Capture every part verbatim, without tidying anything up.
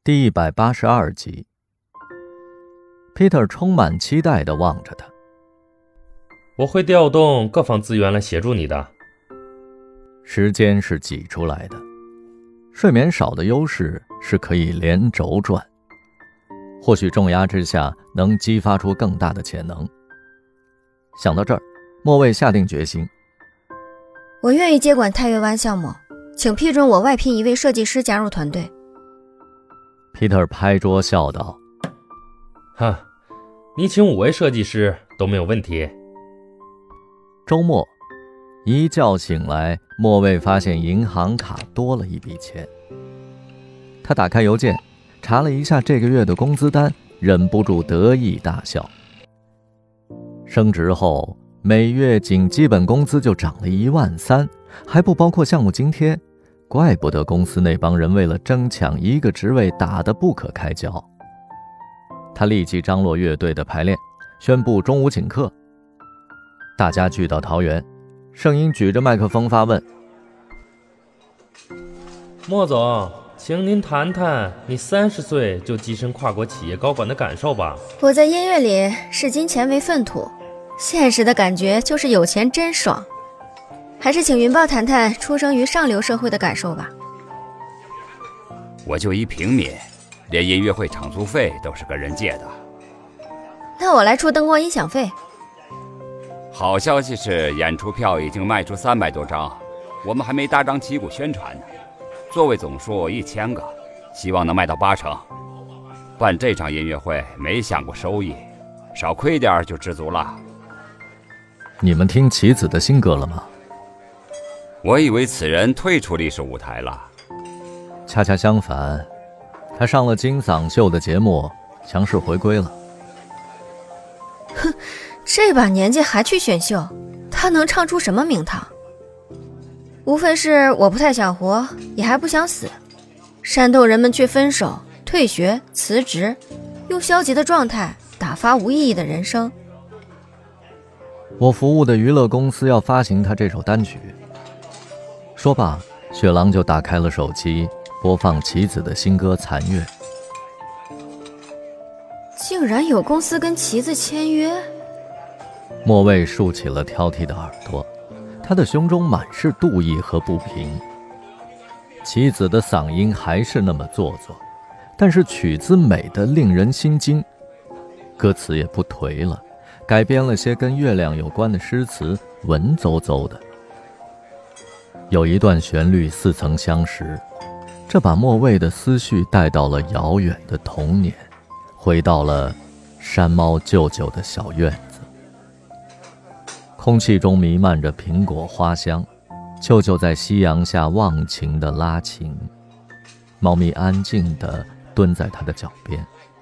第一百八十二集。 Peter 充满期待地望着他。 我会调动各方资源来协助你的。 时间是挤出来的，睡眠少的优势是可以连轴转，或许重压之下能激发出更大的潜能。想到这儿，莫蔚下定决心， 我愿意接管太月湾项目，请批准我外聘一位设计师加入团队。 Peter 拍桌笑道， 哈，你请五位设计师都没有问题。 周末一觉醒来，莫蔚发现银行卡多了一笔钱。他打开邮件，查了一下这个月的工资单，忍不住得意大笑。升职后，每月仅基本工资就涨了一万三，还不包括项目津贴，怪不得公司那帮人为了争抢一个职位打得不可开交。他立即张罗乐队的排练，宣布中午请客。大家聚到桃园，盛英举着麦克风发问： 莫总，请您谈谈你三十岁就跻身跨国企业高管的感受吧。 我在音乐里视金钱为粪土，现实的感觉就是有钱真爽。还是请云豹谈谈出生于上流社会的感受吧。 我就一平民，连音乐会场租费都是跟人借的。 那我来出灯光音响费。 好消息是演出票已经卖出三百多张，我们还没搭张旗鼓宣传呢。座位总数一千个，希望能卖到八成。办这场音乐会没想过收益，少亏点就知足了。 你们听棋子的新歌了吗？ 我以为此人退出历史舞台了。 恰恰相反，他上了金嗓秀的节目，强势回归了。 哼，这把年纪还去选秀，他能唱出什么名堂？无非是我不太想活，也还不想死，煽动人们去分手、退学、辞职，用消极的状态打发无意义的人生。 我服务的娱乐公司要发行他这首单曲。说罢，雪狼就打开了手机，播放棋子的新歌《残月》。 竟然有公司跟棋子签约？ 莫蔚竖起了挑剔的耳朵，他的胸中满是妒意和不平。棋子的嗓音还是那么做作，但是曲子美得令人心惊，歌词也不颓了，改编了些跟月亮有关的诗词，文绉绉的。有一段旋律似曾相识，这把莫蔚的思绪带到了遥远的童年，回到了山猫舅舅的小院子。空气中弥漫着苹果花香，舅舅在夕阳下忘情地拉琴，猫咪安静地蹲在他的脚边。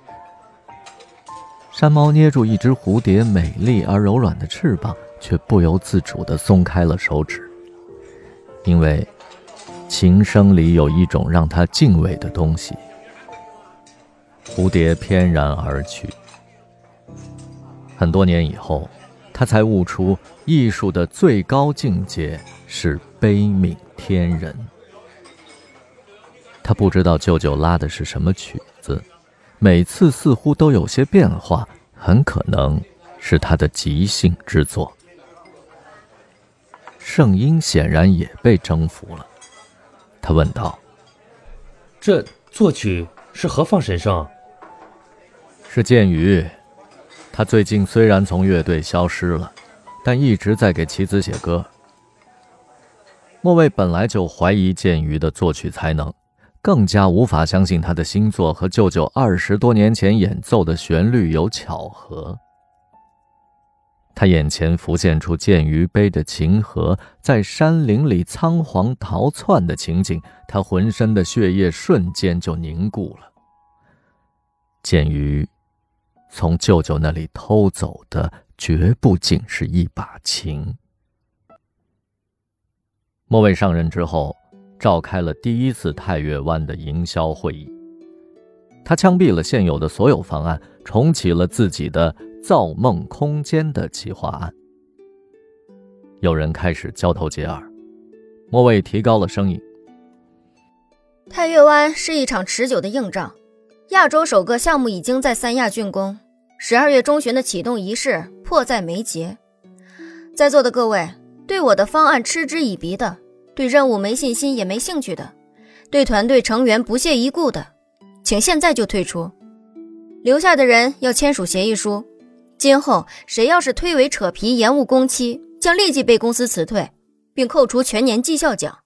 山猫捏住一只蝴蝶美丽而柔软的翅膀，却不由自主地松开了手指，因为琴声里有一种让他敬畏的东西。蝴蝶翩然而去。很多年以后，他才悟出艺术的最高境界是悲悯天人。他不知道舅舅拉的是什么曲子，每次似乎都有些变化，很可能是他的即兴之作。圣婴显然也被征服了，他问道： 这作曲是何方神圣？ 是剑鱼，他最近虽然从乐队消失了，但一直在给棋子写歌。莫蔚本来就怀疑剑鱼的作曲才能，更加无法相信他的新作和舅舅二十多年前演奏的旋律有巧合。他眼前浮现出剑鱼背着琴盒在山林里仓皇逃窜的情景，他浑身的血液瞬间就凝固了。剑鱼从舅舅那里偷走的绝不仅是一把琴。莫蔚上任之后，召开了第一次太月湾的营销会议。他枪毙了现有的所有方案，重启了自己的造梦空间的企划案。有人开始交头接耳，莫蔚提高了声音： 太月湾是一场持久的硬仗， 亚洲首个项目已经在三亚竣工，十二月中旬的启动仪式迫在眉睫。在座的各位，对我的方案嗤之以鼻的，对任务没信心也没兴趣的，对团队成员不屑一顾的，请现在就退出。留下的人要签署协议书，今后谁要是推诿扯皮延误工期，将立即被公司辞退，并扣除全年绩效奖。